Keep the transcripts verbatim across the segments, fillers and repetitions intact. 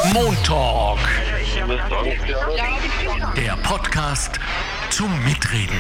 Montalk. Der Podcast zum Mitreden.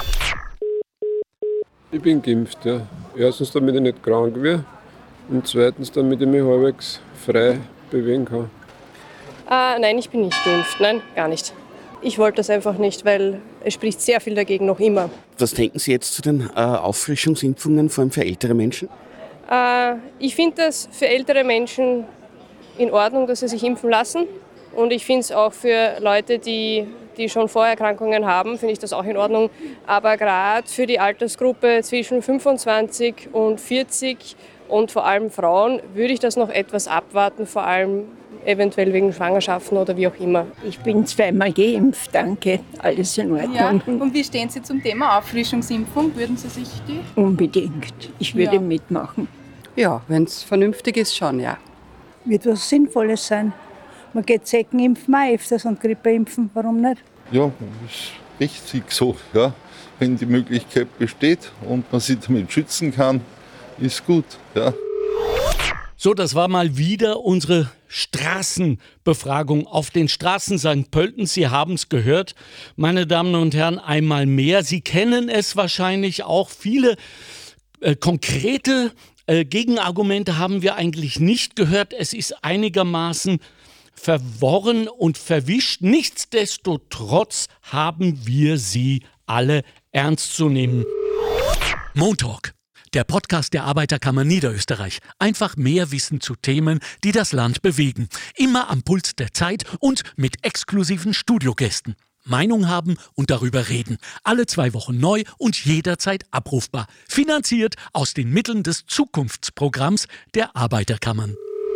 Ich bin geimpft, ja. Erstens, damit ich nicht krank werde und zweitens, damit ich mich halbwegs frei bewegen kann. Äh, nein, ich bin nicht geimpft. Nein, gar nicht. Ich wollte das einfach nicht, weil es spricht sehr viel dagegen noch immer. Was denken Sie jetzt zu den äh, Auffrischungsimpfungen, vor allem für ältere Menschen? Äh, ich finde das für ältere Menschen in Ordnung, dass sie sich impfen lassen. Und ich finde es auch für Leute, die, die schon Vorerkrankungen haben, finde ich das auch in Ordnung. Aber gerade für die Altersgruppe zwischen fünfundzwanzig und vierzig und vor allem Frauen würde ich das noch etwas abwarten, vor allem eventuell wegen Schwangerschaften oder wie auch immer. Ich bin zweimal geimpft, danke. Alles in Ordnung. Ja. Und wie stehen Sie zum Thema Auffrischungsimpfung? Würden Sie sich die? Unbedingt. Ich würde Ja. mitmachen. Ja, wenn es vernünftig ist, schon, ja. Wird was Sinnvolles sein. Man geht Zeckenimpfen auch öfters und Grippeimpfen, warum nicht? Ja, ist richtig so. Ja. Wenn die Möglichkeit besteht und man sich damit schützen kann, ist gut. Ja. So, das war mal wieder unsere Straßenbefragung auf den Straßen Sankt Pöltens. Sie haben es gehört, meine Damen und Herren, einmal mehr. Sie kennen es wahrscheinlich auch. Viele äh, konkrete äh, Gegenargumente haben wir eigentlich nicht gehört. Es ist einigermaßen verworren und verwischt. Nichtsdestotrotz haben wir sie alle ernst zu nehmen. Montalk. Der Podcast der Arbeiterkammer Niederösterreich. Einfach mehr Wissen zu Themen, die das Land bewegen. Immer am Puls der Zeit und mit exklusiven Studiogästen. Meinung haben und darüber reden. Alle zwei Wochen neu und jederzeit abrufbar. Finanziert aus den Mitteln des Zukunftsprogramms der Arbeiterkammern.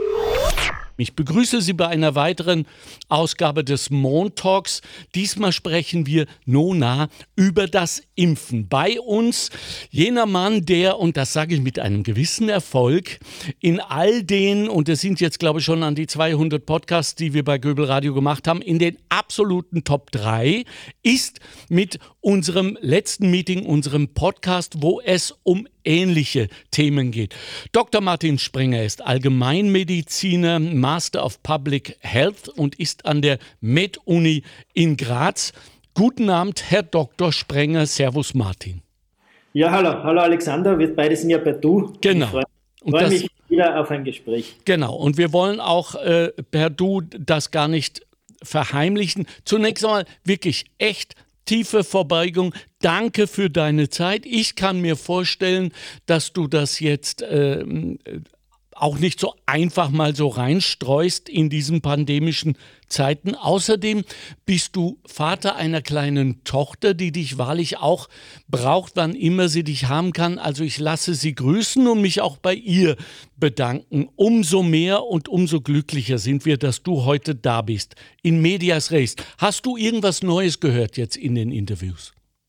Ich begrüße Sie bei einer weiteren Ausgabe des Montalks. Diesmal sprechen wir nona über das Impfen. Bei uns jener Mann, der, und das sage ich mit einem gewissen Erfolg, in all den, und es sind jetzt glaube ich schon an die zweihundert Podcasts, die wir bei Göbel Radio gemacht haben, in den absoluten Top drei ist mit unserem letzten Meeting, unserem Podcast, wo es um ähnliche Themen geht. Doktor Martin Sprenger ist Allgemeinmediziner, Master of Public Health und ist an der Med-Uni in Graz. Guten Abend, Herr Doktor Sprenger. Servus, Martin. Ja, hallo. Hallo, Alexander. Wir beide sind ja bei Du. Genau. Ich freue Und freu das- mich wieder auf ein Gespräch. Genau, und wir wollen auch äh, per Du das gar nicht verheimlichen. Zunächst einmal wirklich echt tiefe Verbeugung. Danke für deine Zeit. Ich kann mir vorstellen, dass du das jetzt äh, auch nicht so einfach mal so reinstreust in diesen pandemischen Zeiten. Außerdem bist du Vater einer kleinen Tochter, die dich wahrlich auch braucht, wann immer sie dich haben kann. Also ich lasse sie grüßen und mich auch bei ihr bedanken. Umso mehr und umso glücklicher sind wir, dass du heute da bist. In medias res. Hast du irgendwas Neues gehört jetzt in den Interviews?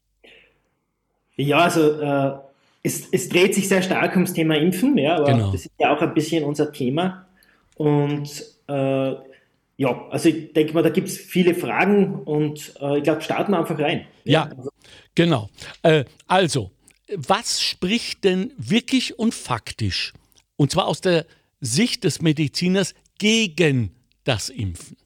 Ja, also äh, es, es dreht sich sehr stark ums Thema Impfen, ja, aber Genau. das ist ja auch ein bisschen unser Thema. Und äh, ja, also ich denke mal, da gibt es viele Fragen und äh, ich glaube, starten wir einfach rein. Ja, genau. Äh, also, was spricht denn wirklich und faktisch, und zwar aus der Sicht des Mediziners, gegen das Impfen?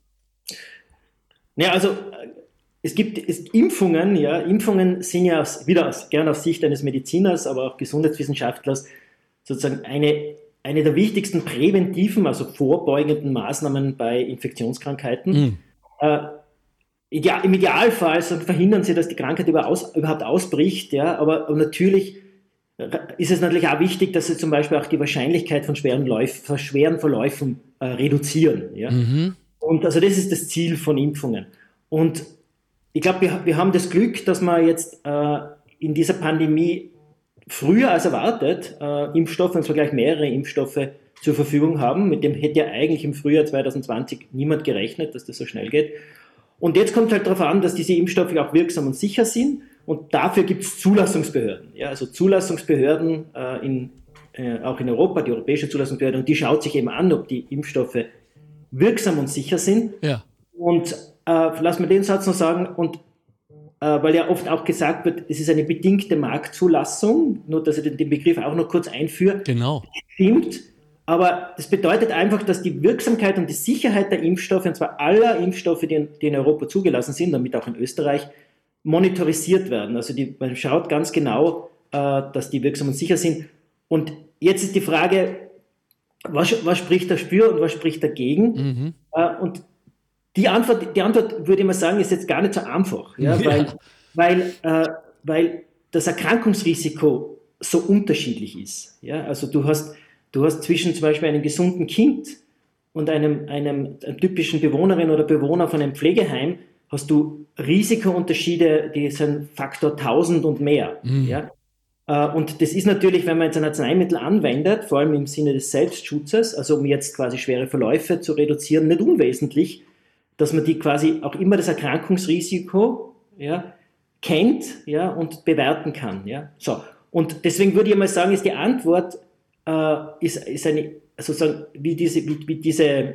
Ja, also äh, es gibt es, Impfungen, ja, Impfungen sind ja aus, wieder aus, gern aus Sicht eines Mediziners, aber auch Gesundheitswissenschaftlers sozusagen eine, eine der wichtigsten präventiven, also vorbeugenden Maßnahmen bei Infektionskrankheiten. Mhm. Äh, ideal, Im Idealfall so verhindern sie, dass die Krankheit über aus, überhaupt ausbricht, ja, aber, aber natürlich ist es natürlich auch wichtig, dass sie zum Beispiel auch die Wahrscheinlichkeit von schweren, Läuf, von schweren Verläufen äh, reduzieren. Ja. Mhm. Und also das ist das Ziel von Impfungen. Und ich glaube, wir, wir haben das Glück, dass wir jetzt äh, in dieser Pandemie früher als erwartet äh, Impfstoffe, und zwar gleich mehrere Impfstoffe zur Verfügung haben. Mit dem hätte ja eigentlich im Frühjahr zwanzig zwanzig niemand gerechnet, dass das so schnell geht. Und jetzt kommt halt darauf an, dass diese Impfstoffe auch wirksam und sicher sind. Und dafür gibt es Zulassungsbehörden. Ja, also Zulassungsbehörden äh, in, äh, auch in Europa, die europäische Zulassungsbehörde, und die schaut sich eben an, ob die Impfstoffe wirksam und sicher sind. Ja. Und äh, lass mir den Satz noch sagen, und äh, weil ja oft auch gesagt wird, es ist eine bedingte Marktzulassung, nur dass ich den, den Begriff auch noch kurz einführe. Genau. Stimmt, Aber das bedeutet einfach, dass die Wirksamkeit und die Sicherheit der Impfstoffe, und zwar aller Impfstoffe, die in, die in Europa zugelassen sind, damit auch in Österreich, monitorisiert werden. Also die, man schaut ganz genau, äh, dass die wirksam und sicher sind. Und jetzt ist die Frage, was, was spricht dafür und was spricht dagegen? Mhm. Äh, und die Antwort, die Antwort, würde ich mal sagen, ist jetzt gar nicht so einfach, ja, ja. Weil, weil, äh, weil das Erkrankungsrisiko so unterschiedlich ist. Ja? Also du hast, du hast zwischen zum Beispiel einem gesunden Kind und einem, einem, einem typischen Bewohnerin oder Bewohner von einem Pflegeheim hast du Risikounterschiede, die sind Faktor tausend und mehr. Mhm. Ja? Und das ist natürlich, wenn man jetzt ein Arzneimittel anwendet, vor allem im Sinne des Selbstschutzes, also um jetzt quasi schwere Verläufe zu reduzieren, nicht unwesentlich, dass man die quasi auch immer das Erkrankungsrisiko, ja, kennt, ja, und bewerten kann. Ja? So. Und deswegen würde ich mal sagen, ist die Antwort äh, ist, ist eine, sozusagen, wie diese, wie, wie diese,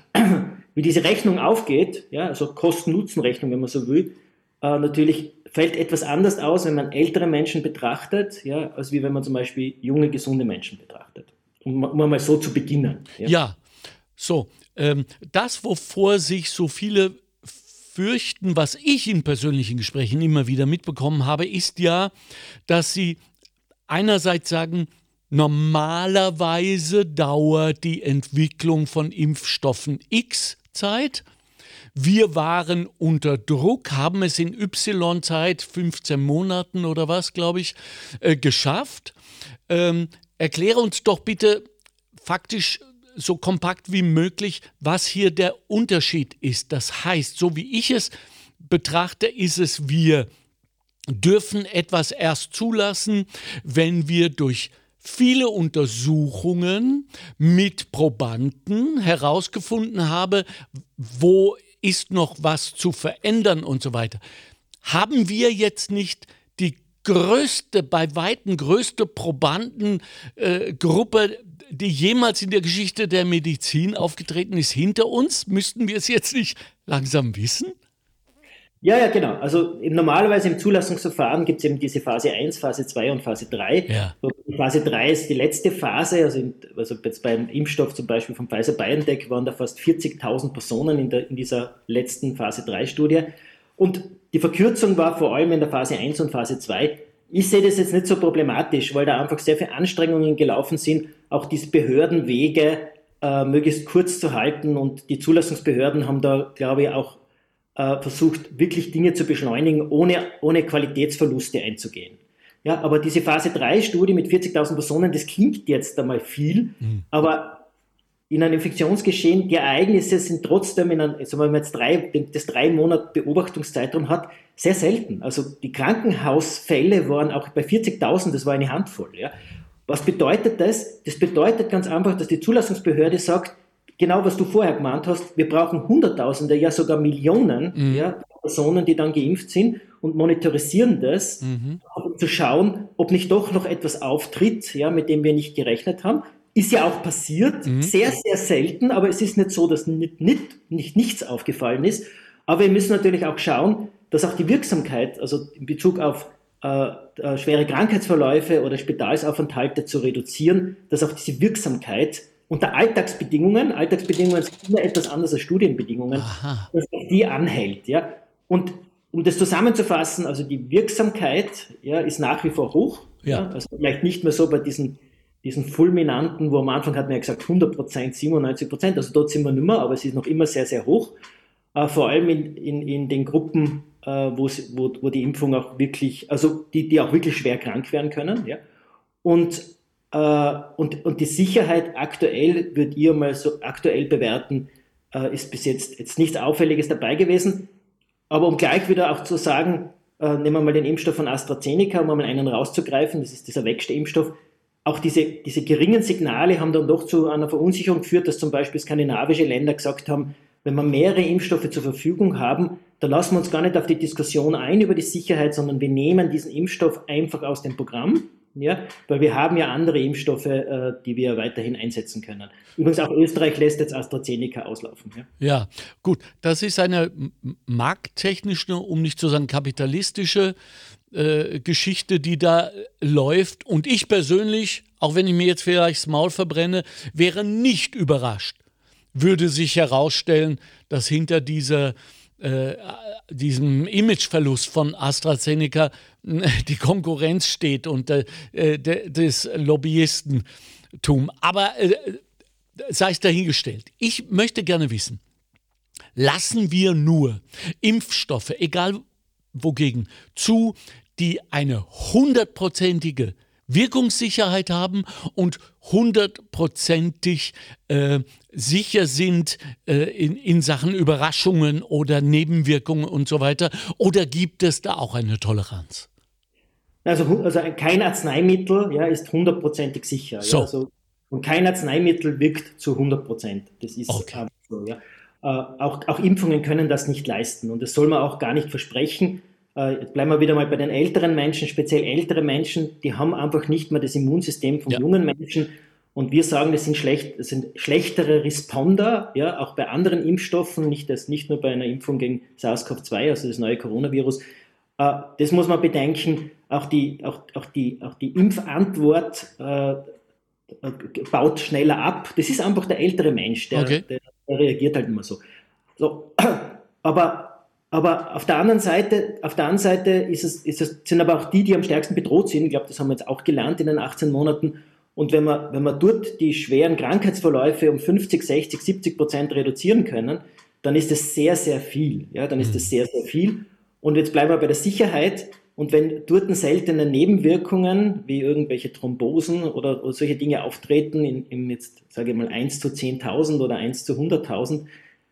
wie diese Rechnung aufgeht, ja, also Kosten-Nutzen-Rechnung, wenn man so will, äh, natürlich fällt etwas anders aus, wenn man ältere Menschen betrachtet, ja, als wie wenn man zum Beispiel junge, gesunde Menschen betrachtet. Um, um mal so zu beginnen. Ja, ja. So, ähm, das, wovor sich so viele fürchten, was ich in persönlichen Gesprächen immer wieder mitbekommen habe, ist ja, dass sie einerseits sagen, normalerweise dauert die Entwicklung von Impfstoffen X Zeit. Wir waren unter Druck, haben es in Y-Zeit, fünfzehn Monaten oder was, glaube ich, äh, geschafft. Ähm, erkläre uns doch bitte faktisch so kompakt wie möglich, was hier der Unterschied ist. Das heißt, so wie ich es betrachte, ist es, wir dürfen etwas erst zulassen, wenn wir durch viele Untersuchungen mit Probanden herausgefunden haben, wo ist noch was zu verändern und so weiter. Haben wir jetzt nicht die größte, bei weitem größte Probandengruppe, äh, die jemals in der Geschichte der Medizin aufgetreten ist, hinter uns? Müssten wir es jetzt nicht langsam wissen? Ja, ja, genau. Also normalerweise im Zulassungsverfahren gibt es eben diese Phase eins, Phase zwei und Phase drei. Ja. Phase drei ist die letzte Phase, also, in, also jetzt beim Impfstoff zum Beispiel von Pfizer-BioNTech waren da fast vierzigtausend Personen in, der, in dieser letzten Phase drei Studie. Und die Verkürzung war vor allem in der Phase eins und Phase zwei. Ich sehe das jetzt nicht so problematisch, weil da einfach sehr viele Anstrengungen gelaufen sind, auch diese Behördenwege äh, möglichst kurz zu halten. Und die Zulassungsbehörden haben da, glaube ich, auch äh, versucht, wirklich Dinge zu beschleunigen, ohne, ohne Qualitätsverluste einzugehen. Ja, aber diese Phase drei Studie mit vierzigtausend Personen, das klingt jetzt einmal viel, mhm. aber in einem Infektionsgeschehen, die Ereignisse sind trotzdem, in einem, also wenn man jetzt drei, das drei Monat Beobachtungszeitraum hat, sehr selten. Also die Krankenhausfälle waren auch bei vierzigtausend, das war eine Handvoll. Ja. Was bedeutet das? Das bedeutet ganz einfach, dass die Zulassungsbehörde sagt, genau was du vorher gemeint hast, wir brauchen Hunderttausende, ja sogar Millionen mhm. ja, Personen, die dann geimpft sind und monitorisieren das, mhm. um zu schauen, ob nicht doch noch etwas auftritt, ja, mit dem wir nicht gerechnet haben. Ist ja auch passiert, mhm. sehr, sehr selten, aber es ist nicht so, dass nicht, nicht, nicht nichts aufgefallen ist. Aber wir müssen natürlich auch schauen, dass auch die Wirksamkeit, also in Bezug auf äh, äh, schwere Krankheitsverläufe oder Spitalsaufenthalte zu reduzieren, dass auch diese Wirksamkeit unter Alltagsbedingungen, Alltagsbedingungen sind immer etwas anders als Studienbedingungen, Aha. dass die anhält. Ja? Und um das zusammenzufassen, also die Wirksamkeit ja, ist nach wie vor hoch, ja. Ja? Also vielleicht nicht mehr so bei diesen diesen fulminanten, wo am Anfang hat man ja gesagt hundert Prozent, siebenundneunzig Prozent, also dort sind wir nicht mehr, aber es ist noch immer sehr, sehr hoch, äh, vor allem in, in, in den Gruppen, äh, wo, wo die Impfung auch wirklich, also die, die auch wirklich schwer krank werden können, ja, und, äh, und, und die Sicherheit aktuell, würde ich mal so aktuell bewerten, äh, ist bis jetzt, jetzt nichts Auffälliges dabei gewesen, aber um gleich wieder auch zu sagen, äh, nehmen wir mal den Impfstoff von AstraZeneca, um mal einen rauszugreifen, das ist dieser Wächst-Impfstoff. Auch diese, diese geringen Signale haben dann doch zu einer Verunsicherung geführt, dass zum Beispiel skandinavische Länder gesagt haben, wenn wir mehrere Impfstoffe zur Verfügung haben, dann lassen wir uns gar nicht auf die Diskussion ein über die Sicherheit, sondern wir nehmen diesen Impfstoff einfach aus dem Programm, ja, weil wir haben ja andere Impfstoffe, äh, die wir weiterhin einsetzen können. Übrigens auch Österreich lässt jetzt AstraZeneca auslaufen. Ja, ja gut, das ist eine markttechnische, um nicht zu sagen kapitalistische äh, Geschichte, die da läuft. Und ich persönlich, auch wenn ich mir jetzt vielleicht das Maul verbrenne, wäre nicht überrascht, würde sich herausstellen, dass hinter dieser, äh, diesem Imageverlust von AstraZeneca die Konkurrenz steht und äh, de, des Lobbyistentum. Aber äh, sei es dahingestellt. Ich möchte gerne wissen, lassen wir nur Impfstoffe, egal wogegen, zu, die eine hundertprozentige Wirkungssicherheit haben und hundertprozentig äh, sicher sind äh, in, in Sachen Überraschungen oder Nebenwirkungen und so weiter? Oder gibt es da auch eine Toleranz? Also, also kein Arzneimittel ja, ist hundertprozentig sicher. So. Ja, also, und kein Arzneimittel wirkt zu hundert Prozent. Das ist okay. so. Ja. Äh, auch, auch Impfungen können das nicht leisten. Und das soll man auch gar nicht versprechen. Jetzt bleiben wir wieder mal bei den älteren Menschen, speziell ältere Menschen, die haben einfach nicht mehr das Immunsystem von ja. jungen Menschen. Und wir sagen, das sind, schlecht, das sind schlechtere Responder, ja, auch bei anderen Impfstoffen, nicht, das, nicht nur bei einer Impfung gegen SARS-C o V zwei, also das neue Coronavirus. Äh, das muss man bedenken. Auch die, auch, auch die, auch die Impfantwort äh, baut schneller ab. Das ist einfach der ältere Mensch, der, okay. der, der reagiert halt immer so. so aber Aber auf der anderen Seite, auf der anderen Seite ist es, ist es, sind aber auch die, die am stärksten bedroht sind. Ich glaube, das haben wir jetzt auch gelernt in den achtzehn Monaten. Und wenn wir, wenn wir dort die schweren Krankheitsverläufe um fünfzig, sechzig, siebzig Prozent reduzieren können, dann ist das sehr, sehr viel. Ja, dann ist das sehr, sehr viel. Und jetzt bleiben wir bei der Sicherheit. Und wenn dort seltene Nebenwirkungen, wie irgendwelche Thrombosen oder, oder solche Dinge auftreten, in, in jetzt, sage ich mal, eins zu zehntausend oder eins zu hunderttausend,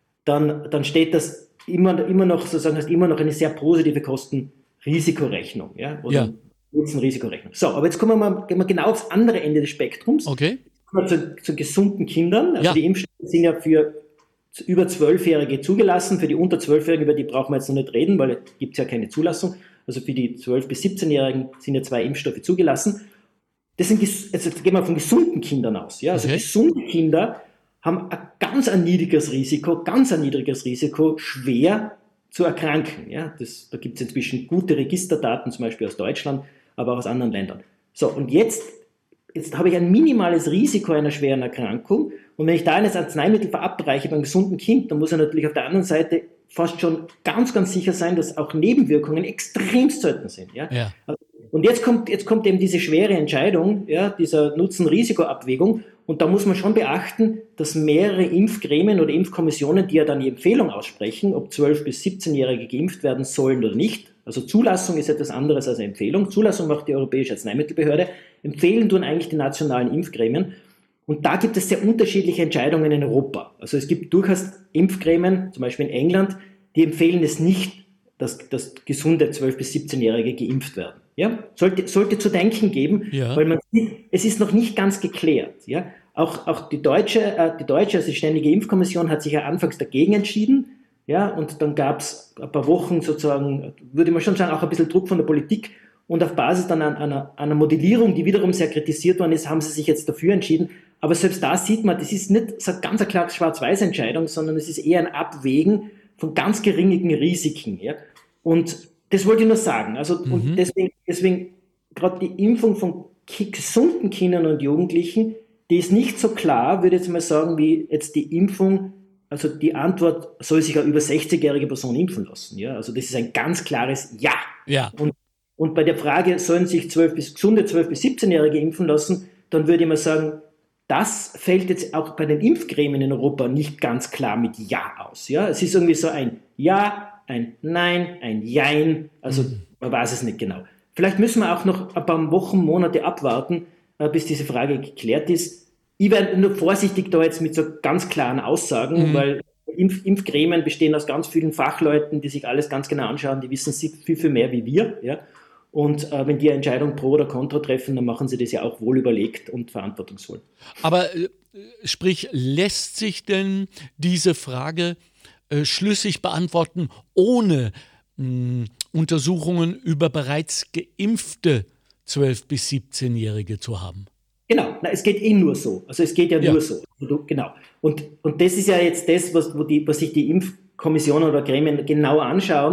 dann, dann steht das Immer, immer noch sozusagen hast immer noch eine sehr positive Kosten-Risikorechnung, ja, oder ja. Nutzen-Risikorechnung. So, aber jetzt kommen wir mal gehen wir genau aufs andere Ende des Spektrums. Okay. Kommen wir zu, zu gesunden Kindern. Also ja. die Impfstoffe sind ja für über Zwölfjährige zugelassen. Für die unter Zwölfjährigen, über die brauchen wir jetzt noch nicht reden, weil es gibt ja keine Zulassung. Also für die zwölf- bis siebzehnjährigen sind ja zwei Impfstoffe zugelassen. Das sind, also gehen wir von gesunden Kindern aus. Ja? Also okay. gesunde Kinder haben ein ganz ein niedriges Risiko, ganz ein niedriges Risiko, schwer zu erkranken. Ja, das, da gibt es inzwischen gute Registerdaten, zum Beispiel aus Deutschland, aber auch aus anderen Ländern. So, und jetzt, jetzt habe ich ein minimales Risiko einer schweren Erkrankung. Und wenn ich da ein Arzneimittel verabreiche beim gesunden Kind, dann muss er natürlich auf der anderen Seite fast schon ganz, ganz sicher sein, dass auch Nebenwirkungen extrem selten sind. Ja? Ja. Und jetzt kommt, jetzt kommt eben diese schwere Entscheidung, ja, dieser Nutzen-Risiko-Abwägung. Und da muss man schon beachten, dass mehrere Impfgremien oder Impfkommissionen, die ja dann die Empfehlung aussprechen, ob zwölf- bis siebzehnjährige geimpft werden sollen oder nicht. Also Zulassung ist etwas anderes als eine Empfehlung. Zulassung macht die Europäische Arzneimittelbehörde. Empfehlen tun eigentlich die nationalen Impfgremien. Und da gibt es sehr unterschiedliche Entscheidungen in Europa. Also es gibt durchaus Impfgremien, zum Beispiel in England, die empfehlen es nicht, dass, dass gesunde zwölf- bis siebzehnjährige geimpft werden. Ja? Sollte, sollte zu denken geben, ja. weil man sieht, es ist noch nicht ganz geklärt. Ja? Auch, auch die deutsche, äh, die deutsche, also die Ständige Impfkommission hat sich ja anfangs dagegen entschieden. Ja? Und dann gab es ein paar Wochen sozusagen, würde man schon sagen, auch ein bisschen Druck von der Politik. Und auf Basis dann einer, einer, einer Modellierung, die wiederum sehr kritisiert worden ist, haben sie sich jetzt dafür entschieden. Aber selbst da sieht man, das ist nicht so eine ganz klare Schwarz-Weiß-Entscheidung, sondern es ist eher ein Abwägen von ganz geringen Risiken. Ja? Und das wollte ich nur sagen. Also, mhm. und deswegen, deswegen gerade die Impfung von gesunden Kindern und Jugendlichen, die ist nicht so klar, würde ich jetzt mal sagen, wie jetzt die Impfung, also die Antwort, soll sich eine über sechzigjährige Person impfen lassen. Ja? Also das ist ein ganz klares Ja. Ja. Und, und bei der Frage, sollen sich zwölf bis, gesunde zwölf- bis siebzehnjährige impfen lassen, dann würde ich mal sagen, das fällt jetzt auch bei den Impfgremien in Europa nicht ganz klar mit Ja aus. Ja? Es ist irgendwie so ein Ja, ein Nein, ein Jein, also mhm. man weiß es nicht genau. Vielleicht müssen wir auch noch ein paar Wochen, Monate abwarten, bis diese Frage geklärt ist. Ich werde nur vorsichtig da jetzt mit so ganz klaren Aussagen, mhm. weil Impf- Impfgremien bestehen aus ganz vielen Fachleuten, die sich alles ganz genau anschauen, die wissen viel, viel mehr wie wir. Ja? Und äh, wenn die eine Entscheidung pro oder contra treffen, dann machen sie das ja auch wohl überlegt und verantwortungsvoll. Aber äh, sprich, lässt sich denn diese Frage äh, schlüssig beantworten, ohne mh, Untersuchungen über bereits geimpfte zwölf- bis siebzehnjährige zu haben? Genau, na, es geht eh nur so. Also es geht ja, ja. nur so. Also, genau. Und, und das ist ja jetzt das, was, wo die, was sich die Impfkommissionen oder Gremien genau anschauen.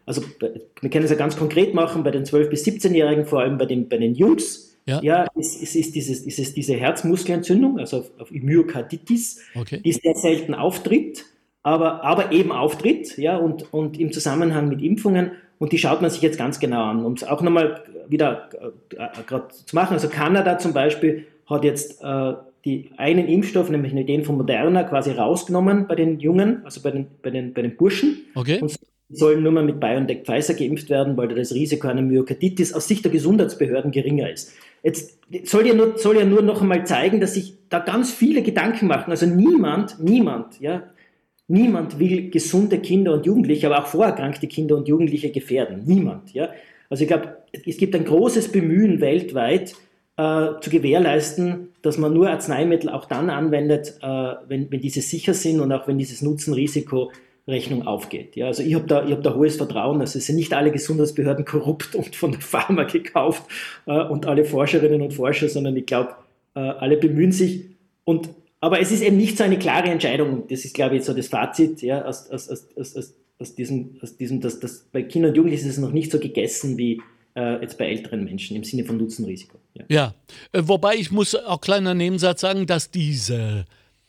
also wir können es ja ganz konkret machen, bei den zwölf- bis siebzehnjährigen, vor allem bei den, bei den Jungs, ja, ja ist, ist, ist, dieses, ist es diese Herzmuskelentzündung, also auf, auf Myokarditis, okay. die sehr selten auftritt, aber, aber eben auftritt, ja, und, und im Zusammenhang mit Impfungen, und die schaut man sich jetzt ganz genau an, um es auch nochmal wieder äh, gerade zu machen. Also Kanada zum Beispiel hat jetzt äh, die einen Impfstoff, nämlich den von Moderna, quasi rausgenommen bei den Jungen, also bei den, bei den, bei den Burschen. Okay. Und sollen nur mal mit BioNTech Pfizer geimpft werden, weil das Risiko einer Myokarditis aus Sicht der Gesundheitsbehörden geringer ist. Jetzt soll ja nur, soll ja nur noch einmal zeigen, dass sich da ganz viele Gedanken machen. Also niemand, niemand, ja, niemand will gesunde Kinder und Jugendliche, aber auch vorerkrankte Kinder und Jugendliche gefährden. Niemand, ja. Also ich glaube, es gibt ein großes Bemühen weltweit, äh, zu gewährleisten, dass man nur Arzneimittel auch dann anwendet, äh, wenn, wenn diese sicher sind und auch wenn dieses Nutzen-Risiko Rechnung aufgeht. Ja, also ich habe da, ich hab da hohes Vertrauen, also es sind nicht alle Gesundheitsbehörden korrupt und von der Pharma gekauft äh, und alle Forscherinnen und Forscher, sondern ich glaube, äh, alle bemühen sich. Und, aber es ist eben nicht so eine klare Entscheidung, das ist, glaube ich, so das Fazit, ja, aus, aus, aus, aus, aus diesem, aus diesem dass, dass bei Kindern und Jugendlichen ist es noch nicht so gegessen wie äh, jetzt bei älteren Menschen im Sinne von Nutzen-Risiko. Ja, ja. Äh, wobei ich muss auch kleiner Nebensatz sagen, dass diese,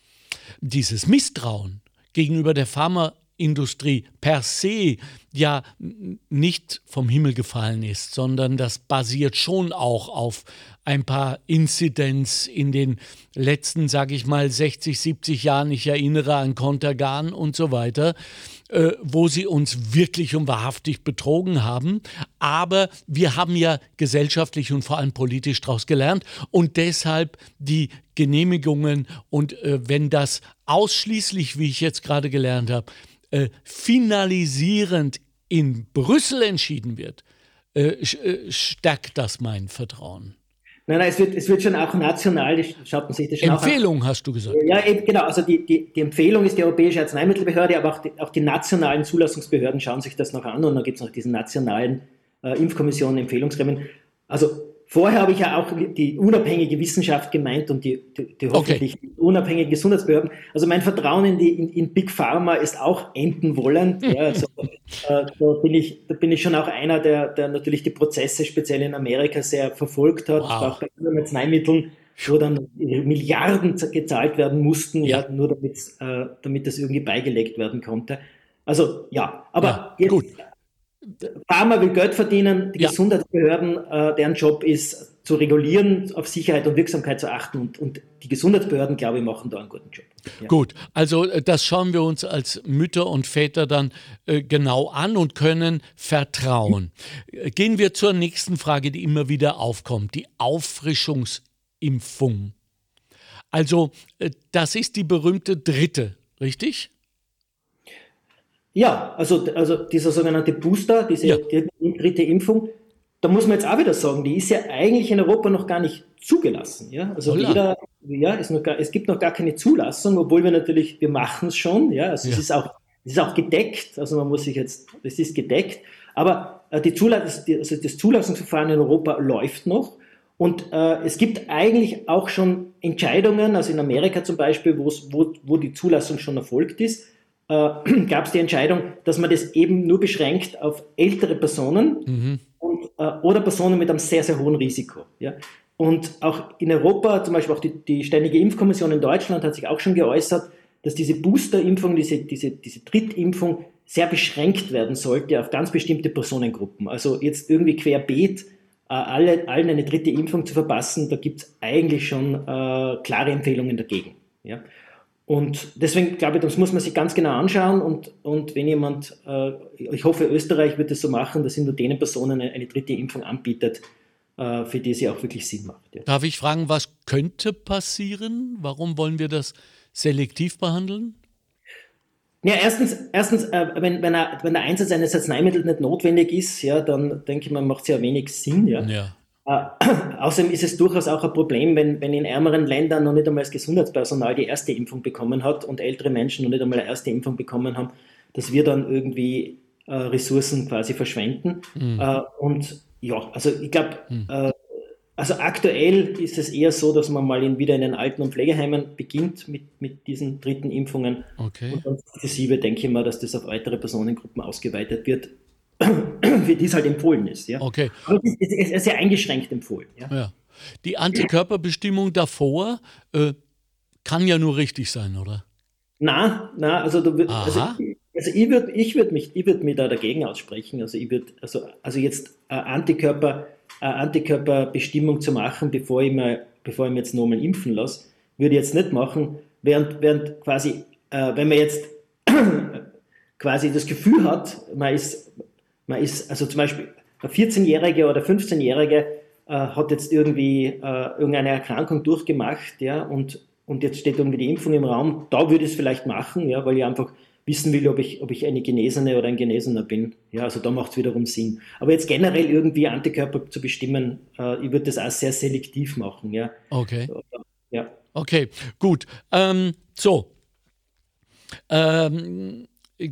dieses Misstrauen gegenüber der Pharma Industrie per se ja nicht vom Himmel gefallen ist, sondern das basiert schon auch auf ein paar Inzidenz in den letzten, sage ich mal, sechzig, siebzig Jahren. Ich erinnere an Contergan und so weiter, äh, wo sie uns wirklich und wahrhaftig betrogen haben. Aber wir haben ja gesellschaftlich und vor allem politisch daraus gelernt und deshalb die Genehmigungen und äh, wenn das ausschließlich, wie ich jetzt gerade gelernt habe, Äh, finalisierend in Brüssel entschieden wird, äh, äh, stärkt das mein Vertrauen. Nein, nein, es wird, es wird schon auch national, schaut man sich das schon Empfehlung auch an. Hast du gesagt. Ja, eben, genau, also die, die, die Empfehlung ist die Europäische Arzneimittelbehörde, aber auch die, auch die nationalen Zulassungsbehörden schauen sich das noch an und dann gibt es noch diesen nationalen äh, Impfkommissionen, Empfehlungsgremien. Also vorher habe ich ja auch die unabhängige Wissenschaft gemeint und die, die, die hoffentlich okay. unabhängigen Gesundheitsbehörden. Also mein Vertrauen in, die, in, in Big Pharma ist auch enden wollend. Ja, also, äh, da, bin ich, da bin ich schon auch einer, der, der natürlich die Prozesse speziell in Amerika sehr verfolgt hat, wow. auch bei anderen Arzneimitteln, wo dann Milliarden gezahlt werden mussten, ja. Ja, nur damit, äh, damit das irgendwie beigelegt werden konnte. Also ja, aber ja, jetzt... Gut. Pharma will Geld verdienen, die ja. Gesundheitsbehörden, äh, deren Job ist, zu regulieren, auf Sicherheit und Wirksamkeit zu achten und, und die Gesundheitsbehörden, glaube ich, machen da einen guten Job. Ja. Gut, also das schauen wir uns als Mütter und Väter dann äh, genau an und können vertrauen. Mhm. Gehen wir zur nächsten Frage, die immer wieder aufkommt, die Auffrischungsimpfung. Also äh, das ist die berühmte dritte, richtig? Ja, also, also dieser sogenannte Booster, diese ja. die dritte Impfung, da muss man jetzt auch wieder sagen, die ist ja eigentlich in Europa noch gar nicht zugelassen. Ja? Also weder, ja, ist noch gar, es gibt noch gar keine Zulassung, obwohl wir natürlich, wir machen es schon, ja, also ja. es ist auch, es ist auch gedeckt, also man muss sich jetzt, es ist gedeckt, aber äh, die Zulass, die, also das Zulassungsverfahren in Europa läuft noch und äh, es gibt eigentlich auch schon Entscheidungen, also in Amerika zum Beispiel, wo, wo die Zulassung schon erfolgt ist, gab es die Entscheidung, dass man das eben nur beschränkt auf ältere Personen mhm. und, äh, oder Personen mit einem sehr, sehr hohen Risiko. Ja? Und auch in Europa, zum Beispiel auch die, die Ständige Impfkommission in Deutschland hat sich auch schon geäußert, dass diese Boosterimpfung, diese, diese, diese Drittimpfung sehr beschränkt werden sollte auf ganz bestimmte Personengruppen. Also jetzt irgendwie querbeet äh, alle, allen eine dritte Impfung zu verpassen, da gibt es eigentlich schon äh, klare Empfehlungen dagegen. Ja? Und deswegen glaube ich, das muss man sich ganz genau anschauen und, und wenn jemand, äh, ich hoffe Österreich wird es so machen, dass sie nur denen Personen eine, eine dritte Impfung anbietet, äh, für die sie auch wirklich Sinn macht. Ja. Darf ich fragen, was könnte passieren? Warum wollen wir das selektiv behandeln? Ja, erstens, erstens äh, wenn, wenn, er, wenn der Einsatz eines Arzneimittels nicht notwendig ist, ja, dann denke ich mal, macht es ja wenig Sinn. Ja. ja. Äh, außerdem ist es durchaus auch ein Problem, wenn, wenn in ärmeren Ländern noch nicht einmal das Gesundheitspersonal die erste Impfung bekommen hat und ältere Menschen noch nicht einmal eine erste Impfung bekommen haben, dass wir dann irgendwie äh, Ressourcen quasi verschwenden. Mhm. Äh, und ja, also ich glaube, mhm. äh, also aktuell ist es eher so, dass man mal in, wieder in den Alten- und Pflegeheimen beginnt mit, mit diesen dritten Impfungen. Okay. Und dann sukzessive denke ich mal, dass das auf weitere Personengruppen ausgeweitet wird. für die es halt empfohlen ist. Ja. Okay. Aber es ist, es ist sehr eingeschränkt empfohlen. Ja. Ja. Die Antikörperbestimmung davor äh, kann ja nur richtig sein, oder? Na, na, also, du, also, Aha. also ich würde ich würd mich, ich würd mich da dagegen aussprechen. Also ich würde, also, also jetzt äh, Antikörper, äh, Antikörperbestimmung zu machen, bevor ich mir, bevor ich mir jetzt nochmal impfen lasse, würde ich jetzt nicht machen, während, während quasi, äh, wenn man jetzt quasi das Gefühl hat, man ist, man ist, also zum Beispiel ein vierzehnjähriger oder fünfzehnjähriger äh, hat jetzt irgendwie äh, irgendeine Erkrankung durchgemacht, ja, und und jetzt steht irgendwie die Impfung im Raum, da würde ich es vielleicht machen, ja, weil ich einfach wissen will, ob ich, ob ich eine Genesene oder ein Genesener bin. Ja, also da macht es wiederum Sinn. Aber jetzt generell irgendwie Antikörper zu bestimmen, äh, ich würde das auch sehr selektiv machen. Ja. Okay. Ja. Okay, gut. Ähm, so. Ähm,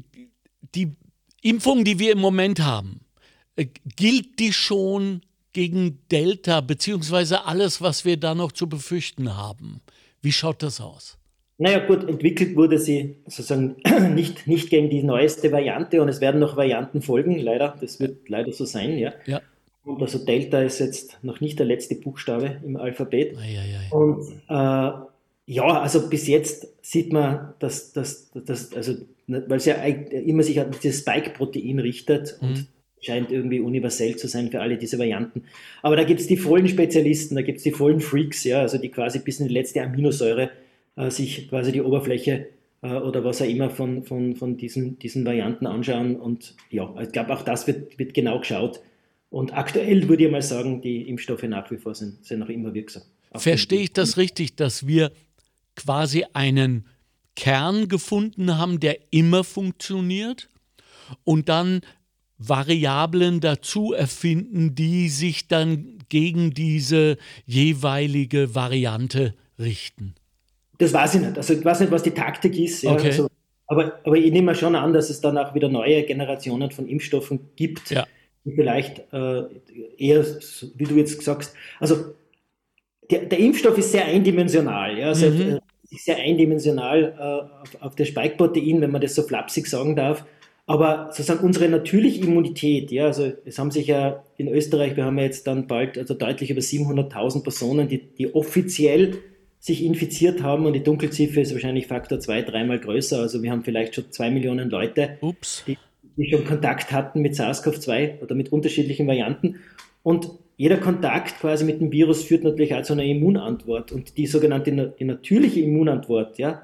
die Impfung, die wir im Moment haben, äh, gilt die schon gegen Delta, beziehungsweise alles, was wir da noch zu befürchten haben? Wie schaut das aus? Naja gut, entwickelt wurde sie sozusagen nicht, nicht gegen die neueste Variante und es werden noch Varianten folgen, leider. Das wird leider so sein, ja. Ja. Und also Delta ist jetzt noch nicht der letzte Buchstabe im Alphabet. Ei, ei, ei. Und äh, ja, also bis jetzt sieht man, dass das, also weil es ja immer sich an dieses Spike-Protein richtet und Mhm. scheint irgendwie universell zu sein für alle diese Varianten. Aber da gibt es die vollen Spezialisten, da gibt es die vollen Freaks, ja, also die quasi bis in die letzte Aminosäure äh, sich quasi die Oberfläche äh, oder was auch immer von, von, von diesen, diesen Varianten anschauen. Und ja, ich glaube, auch das wird, wird genau geschaut. Und aktuell würde ich mal sagen, die Impfstoffe nach wie vor sind, sind noch immer wirksam. Verstehe ich das richtig, dass wir quasi einen Kern gefunden haben, der immer funktioniert und dann Variablen dazu erfinden, die sich dann gegen diese jeweilige Variante richten? Das weiß ich nicht. Also ich weiß nicht, was die Taktik ist. Ja. Okay. Also, aber, aber ich nehme schon an, dass es dann auch wieder neue Generationen von Impfstoffen gibt, Ja. die vielleicht äh, eher, wie du jetzt sagst, also der, der Impfstoff ist sehr eindimensional. Ja. Also Mhm. äh, sehr eindimensional äh, auf, auf das Spike-Protein, wenn man das so flapsig sagen darf. Aber sozusagen unsere natürliche Immunität, ja, also es haben sich ja in Österreich, wir haben ja jetzt dann bald also deutlich über siebenhunderttausend Personen, die, die offiziell sich infiziert haben und die Dunkelziffer ist wahrscheinlich Faktor zwei, dreimal größer. Also wir haben vielleicht schon zwei Millionen Leute, Ups. die, die schon Kontakt hatten mit SARS-C o V zwei oder mit unterschiedlichen Varianten. Und jeder Kontakt quasi mit dem Virus führt natürlich auch zu einer Immunantwort. Und die sogenannte die natürliche Immunantwort, ja,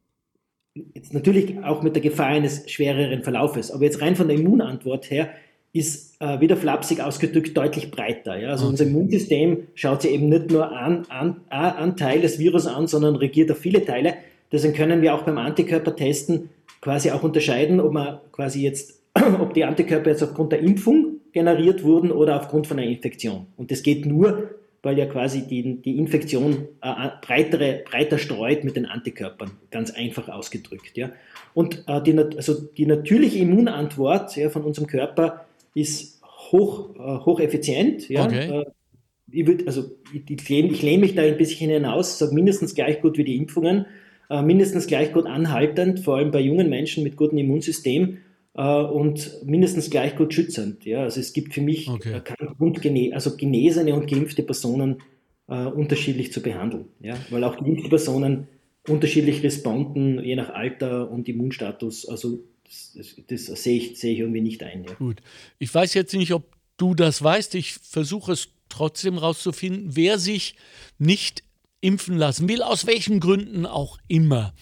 jetzt natürlich auch mit der Gefahr eines schwereren Verlaufes, aber jetzt rein von der Immunantwort her ist äh, wieder flapsig ausgedrückt deutlich breiter. Ja? Also Okay. unser Immunsystem schaut sich eben nicht nur an, an, an Teil des Virus an, sondern regiert auf viele Teile. Deswegen können wir auch beim Antikörpertesten quasi auch unterscheiden, ob man quasi jetzt, ob die Antikörper jetzt aufgrund der Impfung generiert wurden oder aufgrund von einer Infektion. Und das geht nur, weil ja quasi die, die Infektion äh, breitere, breiter streut mit den Antikörpern, ganz einfach ausgedrückt. Ja. Und äh, die, also die natürliche Immunantwort ja, von unserem Körper ist hoch, äh, hocheffizient. Ja. Okay. Äh, ich, würd, also, ich, ich, lehne, ich lehne mich da ein bisschen hinaus, sage mindestens gleich gut wie die Impfungen, äh, mindestens gleich gut anhaltend, vor allem bei jungen Menschen mit gutem Immunsystem. Uh, und mindestens gleich gut schützend. Ja? Also es gibt für mich Okay. uh, keinen Grund, gene also genesene und geimpfte Personen uh, unterschiedlich zu behandeln. Ja? Weil auch geimpfte Personen unterschiedlich responden, je nach Alter und Immunstatus. Also das, das, das sehe ich, sehe ich irgendwie nicht ein. Ja? Gut. Ich weiß jetzt nicht, ob du das weißt. Ich versuche es trotzdem rauszufinden, wer sich nicht impfen lassen will, aus welchen Gründen auch immer.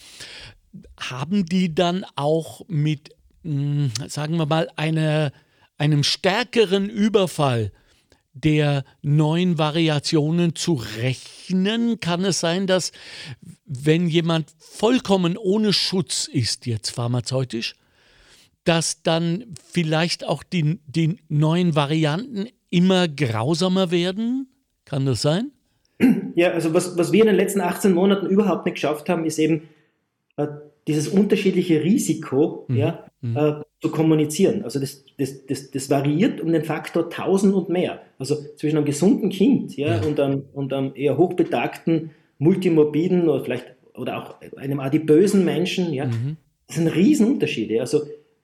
Haben die dann auch mit sagen wir mal, eine, einem stärkeren Überfall der neuen Variationen zu rechnen? Kann es sein, dass wenn jemand vollkommen ohne Schutz ist, jetzt pharmazeutisch, dass dann vielleicht auch die, die neuen Varianten immer grausamer werden? Kann das sein? Ja, also was, was wir in den letzten achtzehn Monaten überhaupt nicht geschafft haben, ist eben äh, dieses unterschiedliche Risiko, Mhm. ja, Mhm. äh, zu kommunizieren. Also das, das, das, das variiert um den Faktor tausend und mehr. Also zwischen einem gesunden Kind ja, Ja. und, einem, und einem eher hochbetagten, multimorbiden oder vielleicht oder auch einem adipösen Menschen. Ja. Mhm. Das sind Riesenunterschiede. Also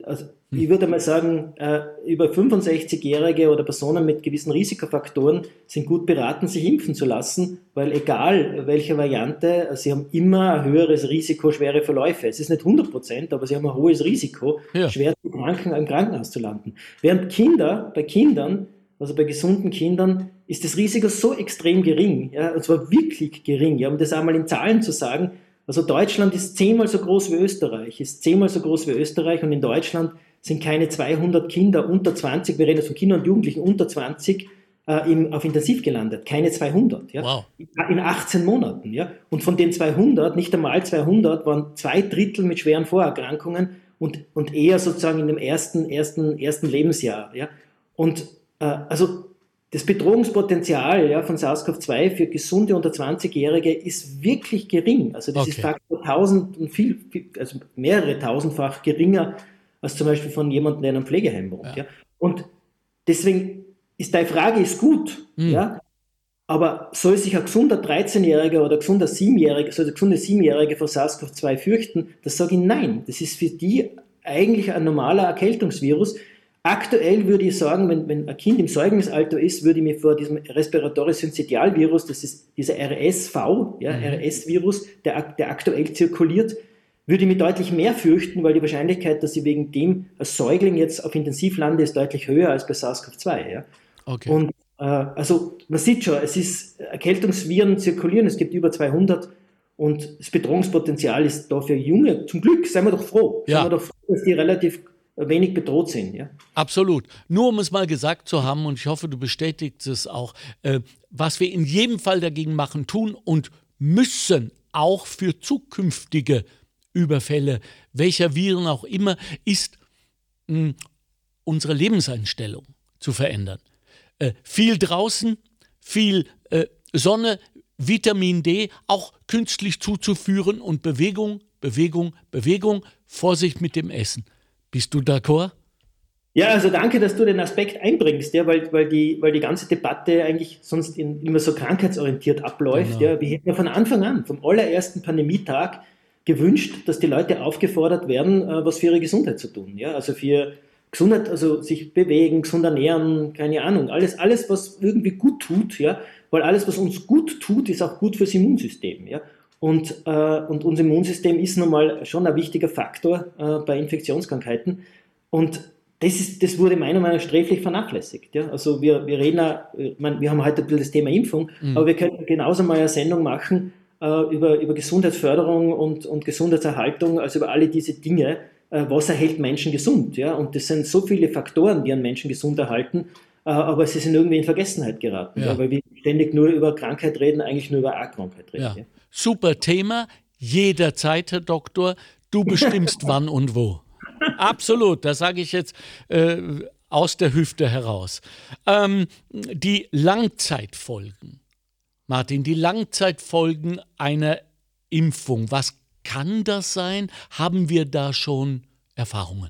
also ich würde mal sagen, äh, über fünfundsechzigjährige oder Personen mit gewissen Risikofaktoren sind gut beraten, sich impfen zu lassen, weil egal welche Variante, sie haben immer ein höheres Risiko, schwere Verläufe. Es ist nicht hundert Prozent, aber sie haben ein hohes Risiko, ja. schwer zu kranken, im Krankenhaus zu landen. Während Kinder, bei Kindern, also bei gesunden Kindern, ist das Risiko so extrem gering, ja, und zwar wirklich gering, ja, um das einmal in Zahlen zu sagen. Also Deutschland ist zehnmal so groß wie Österreich, ist zehnmal so groß wie Österreich und in Deutschland sind keine zweihundert Kinder unter zwanzig, wir reden jetzt von Kindern und Jugendlichen unter zwanzig, äh, im, auf Intensiv gelandet. Keine zweihundert. Ja? Wow. In achtzehn Monaten. Ja? Und von den zweihundert, nicht einmal zweihundert, waren zwei Drittel mit schweren Vorerkrankungen und, und eher sozusagen in dem ersten, ersten, ersten Lebensjahr. Ja? Und äh, also das Bedrohungspotenzial, ja, von SARS-C o V zwei für gesunde unter zwanzigjährige ist wirklich gering. Also das okay. ist Faktor tausend und viel, viel, also mehrere tausendfach geringer als zum Beispiel von jemandem, der in einem Pflegeheim wohnt. Ja. Ja. Und deswegen ist deine Frage ist gut, mhm. ja, aber soll sich ein gesunder dreizehnjähriger oder ein gesunder siebenjähriger, soll der gesunde siebenjährige vor SARS-C o V zwei fürchten? Das sage ich nein. Das ist für die eigentlich ein normaler Erkältungsvirus. Aktuell würde ich sagen, wenn, wenn ein Kind im Säuglingsalter ist, würde ich mir vor diesem Respiratory-Syncytial-Virus, das ist dieser R S V, ja, mhm. R S-Virus, der, der aktuell zirkuliert, würde ich mich deutlich mehr fürchten, weil die Wahrscheinlichkeit, dass ich wegen dem als Säugling jetzt auf Intensiv lande, ist deutlich höher als bei SARS-C o V zwei. Ja. Okay. Und äh, also man sieht schon, es ist Erkältungsviren zirkulieren, es gibt über zweihundert und das Bedrohungspotenzial ist da für Junge. Zum Glück, seien wir doch froh, ja. seien wir doch froh, dass die relativ wenig bedroht sind. Ja? Absolut. Nur um es mal gesagt zu haben, und ich hoffe, du bestätigst es auch, äh, was wir in jedem Fall dagegen machen, tun und müssen, auch für zukünftige Überfälle, welcher Viren auch immer, ist mh, unsere Lebenseinstellung zu verändern. Äh, viel draußen, viel äh, Sonne, Vitamin D, auch künstlich zuzuführen und Bewegung, Bewegung, Bewegung, Vorsicht mit dem Essen. Bist du d'accord? Ja, also danke, dass du den Aspekt einbringst, ja, weil, weil, die, weil die ganze Debatte eigentlich sonst in, immer so krankheitsorientiert abläuft. Genau. Ja. Wir hätten ja von Anfang an, vom allerersten Pandemietag, gewünscht, dass die Leute aufgefordert werden, was für ihre Gesundheit zu tun. Ja? Also für Gesundheit, also sich bewegen, gesund ernähren, keine Ahnung, alles, alles, was irgendwie gut tut, ja, weil alles, was uns gut tut, ist auch gut fürs Immunsystem. Ja? Und, äh, und unser Immunsystem ist nun mal schon ein wichtiger Faktor äh, bei Infektionskrankheiten. Und das, ist, das wurde meiner Meinung nach sträflich vernachlässigt. Ja? Also wir, wir reden auch, ich meine, wir haben heute ein bisschen das Thema Impfung, mhm. aber wir könnten genauso mal eine Sendung machen, Über, über Gesundheitsförderung und, und Gesundheitserhaltung, also über alle diese Dinge, äh, was erhält Menschen gesund. Ja? Und das sind so viele Faktoren, die einen Menschen gesund erhalten, äh, aber sie sind irgendwie in Vergessenheit geraten, ja. Ja, weil wir ständig nur über Krankheit reden, eigentlich nur über eine Krankheit reden. Ja. Ja. Super Thema, jederzeit, Herr Doktor, du bestimmst wann und wo. Absolut, das sage ich jetzt äh, aus der Hüfte heraus. Ähm, die Langzeitfolgen. Martin, die Langzeitfolgen einer Impfung, was kann das sein? Haben wir da schon Erfahrungen?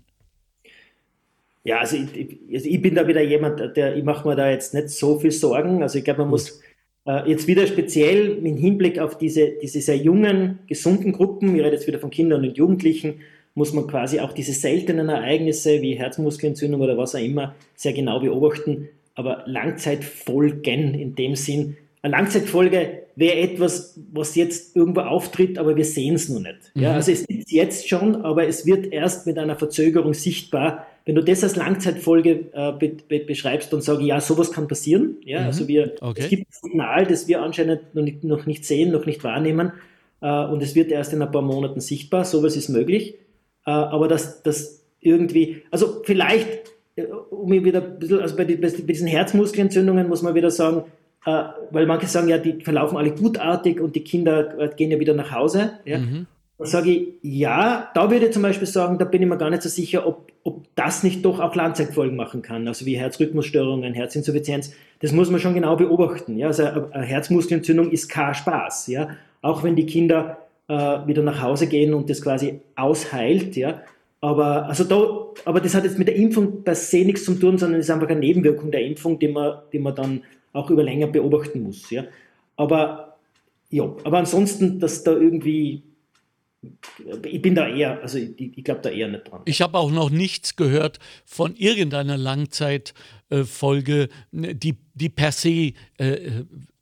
Ja, also ich, also ich bin da wieder jemand, der, ich mache mir da jetzt nicht so viel Sorgen. Also ich glaube, man Gut. muss äh, jetzt wieder speziell im Hinblick auf diese, diese sehr jungen, gesunden Gruppen, ich rede jetzt wieder von Kindern und Jugendlichen, muss man quasi auch diese seltenen Ereignisse wie Herzmuskelentzündung oder was auch immer sehr genau beobachten. Aber Langzeitfolgen in dem Sinn, eine Langzeitfolge wäre etwas, was jetzt irgendwo auftritt, aber wir sehen es noch nicht. Mhm. Ja, also es ist jetzt schon, aber es wird erst mit einer Verzögerung sichtbar. Wenn du das als Langzeitfolge äh, be be beschreibst und sagst, ja, sowas kann passieren. Ja, mhm. Also wir, okay. Es gibt ein Signal, das wir anscheinend noch nicht, noch nicht sehen, noch nicht wahrnehmen äh, und es wird erst in ein paar Monaten sichtbar. Sowas ist möglich. Äh, aber dass das irgendwie, also vielleicht, äh, um wieder ein bisschen, also bei, die, bei diesen Herzmuskelentzündungen muss man wieder sagen, äh, weil manche sagen, ja, die verlaufen alle gutartig und die Kinder äh, gehen ja wieder nach Hause. Ja. Mhm. Dann sage ich, ja, da würde ich zum Beispiel sagen, da bin ich mir gar nicht so sicher, ob, ob das nicht doch auch Langzeitfolgen machen kann, also wie Herzrhythmusstörungen, Herzinsuffizienz, das muss man schon genau beobachten. Ja. Also eine Herzmuskelentzündung ist kein Spaß, ja. Auch wenn die Kinder äh, wieder nach Hause gehen und das quasi ausheilt, ja. Aber, also da, aber das hat jetzt mit der Impfung per se nichts zu tun, sondern es ist einfach eine Nebenwirkung der Impfung, die man, die man dann auch über länger beobachten muss. Ja. Aber, ja, aber ansonsten, dass da irgendwie ich bin da eher, also ich, ich glaube da eher nicht dran. Ich habe auch noch nichts gehört von irgendeiner Langzeitfolge, die, die per se äh,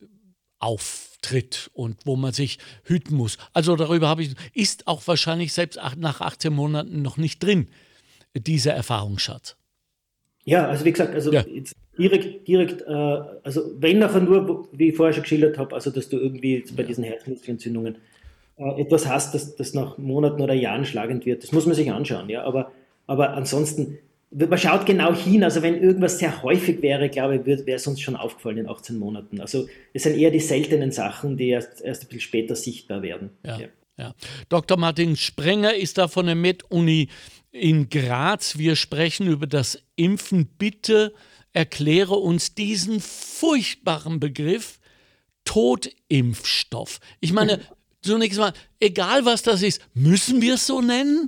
auftritt und wo man sich hüten muss. Also darüber habe ich, ist auch wahrscheinlich selbst nach achtzehn Monaten noch nicht drin, dieser Erfahrungsschatz. Ja, also wie gesagt, also ja. jetzt direkt, direkt, äh, also wenn nachher nur, wie ich vorher schon geschildert habe, also dass du irgendwie bei diesen Herzmuskelentzündungen äh, etwas hast, das, das nach Monaten oder Jahren schlagend wird, das muss man sich anschauen, ja, aber, aber ansonsten, man schaut genau hin, also wenn irgendwas sehr häufig wäre, glaube ich, wäre es uns schon aufgefallen in achtzehn Monaten. Also es sind eher die seltenen Sachen, die erst, erst ein bisschen später sichtbar werden. Ja, ja. Ja. Doktor Martin Sprenger ist da von der Med-Uni in Graz. Wir sprechen über das Impfen. Bitte erkläre uns diesen furchtbaren Begriff Totimpfstoff. Ich meine, zunächst mal, egal was das ist, müssen wir es so nennen?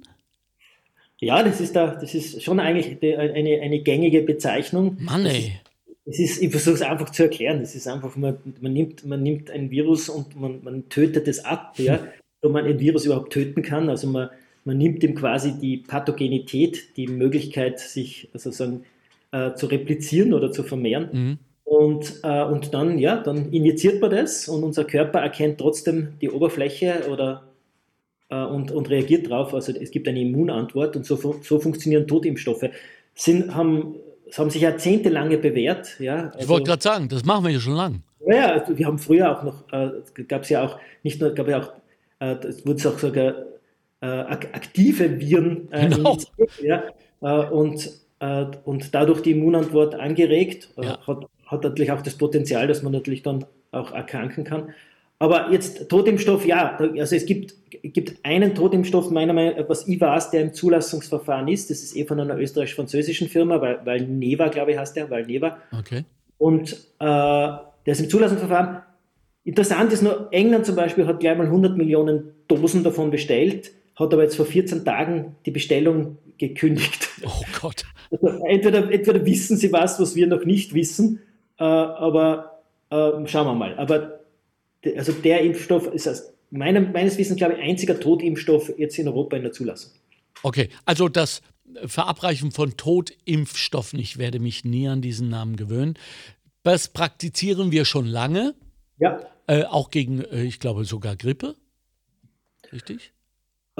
Ja, das ist, da, das ist schon eigentlich eine, eine gängige Bezeichnung. Mann, ey. Es ist, ich versuche es einfach zu erklären. Das ist einfach, man, man, nimmt, man nimmt ein Virus und man, man tötet es ab, ja, wo man ein Virus überhaupt töten kann. Also man, man nimmt ihm quasi die Pathogenität, die Möglichkeit, sich sozusagen äh, zu replizieren oder zu vermehren. Mhm. Und, äh, und dann, ja, dann injiziert man das und unser Körper erkennt trotzdem die Oberfläche oder äh, und, und reagiert drauf. Also es gibt eine Immunantwort und so, so funktionieren Totimpfstoffe. Sind, haben, haben sich jahrzehntelange bewährt. Ja, also, ich wollte gerade sagen, das machen wir ja schon lange. Ja, also wir haben früher auch noch, äh, gab es ja auch, nicht nur, gab ja auch, äh, es wurde auch sogar äh, aktive Viren äh, genau. injiziert, ja, äh, und, äh, und dadurch die Immunantwort angeregt, äh, ja. hat, hat natürlich auch das Potenzial, dass man natürlich dann auch erkranken kann. Aber jetzt Totimpfstoff, ja, also es gibt, gibt einen Totimpfstoff, meiner Meinung nach, was ich weiß, der im Zulassungsverfahren ist. Das ist eh von einer österreichisch-französischen Firma, weil, weil Neva, glaube ich, heißt der, weil Neva. Okay. Und äh, der ist im Zulassungsverfahren. Interessant ist nur, England zum Beispiel hat gleich mal hundert Millionen Dosen davon bestellt, hat aber jetzt vor vierzehn Tagen die Bestellung gekündigt. Oh Gott. Also entweder, entweder wissen sie was, was wir noch nicht wissen, äh, aber äh, schauen wir mal. Aber also der Impfstoff ist als meinem, meines Wissens, glaube ich, einziger Totimpfstoff jetzt in Europa in der Zulassung. Okay, also das Verabreichen von Totimpfstoffen, ich werde mich nie an diesen Namen gewöhnen, das praktizieren wir schon lange. Ja. Äh, auch gegen, äh, ich glaube, sogar Grippe. Richtig? Äh,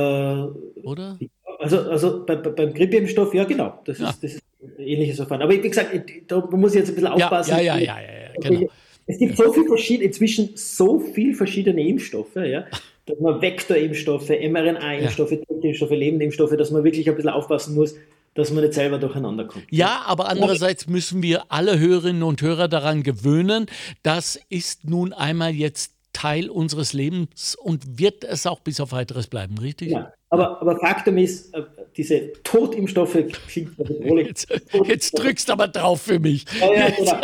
Oder? Also, also bei, bei, beim Grippeimpfstoff, ja, genau. Das, ja. Ist, das ist ein ähnliches Verfahren. Aber wie gesagt, da muss ich jetzt ein bisschen aufpassen. Ja, ja, ja, ja, ja, ja genau. Es gibt so viel verschiedene, inzwischen so viele verschiedene Impfstoffe, ja, dass man Vektorimpfstoffe, mRNA-Impfstoffe, ja. Impfstoffe, Lebendimpfstoffe, dass man wirklich ein bisschen aufpassen muss, dass man nicht selber durcheinander kommt. Ja, aber andererseits müssen wir alle Hörerinnen und Hörer daran gewöhnen, das ist nun einmal jetzt Teil unseres Lebens und wird es auch bis auf Weiteres bleiben, richtig? Ja, aber, aber Faktum ist, diese Totimpfstoffe klingt bedrohlich. Jetzt, jetzt drückst du aber drauf für mich. Ja, ja, genau.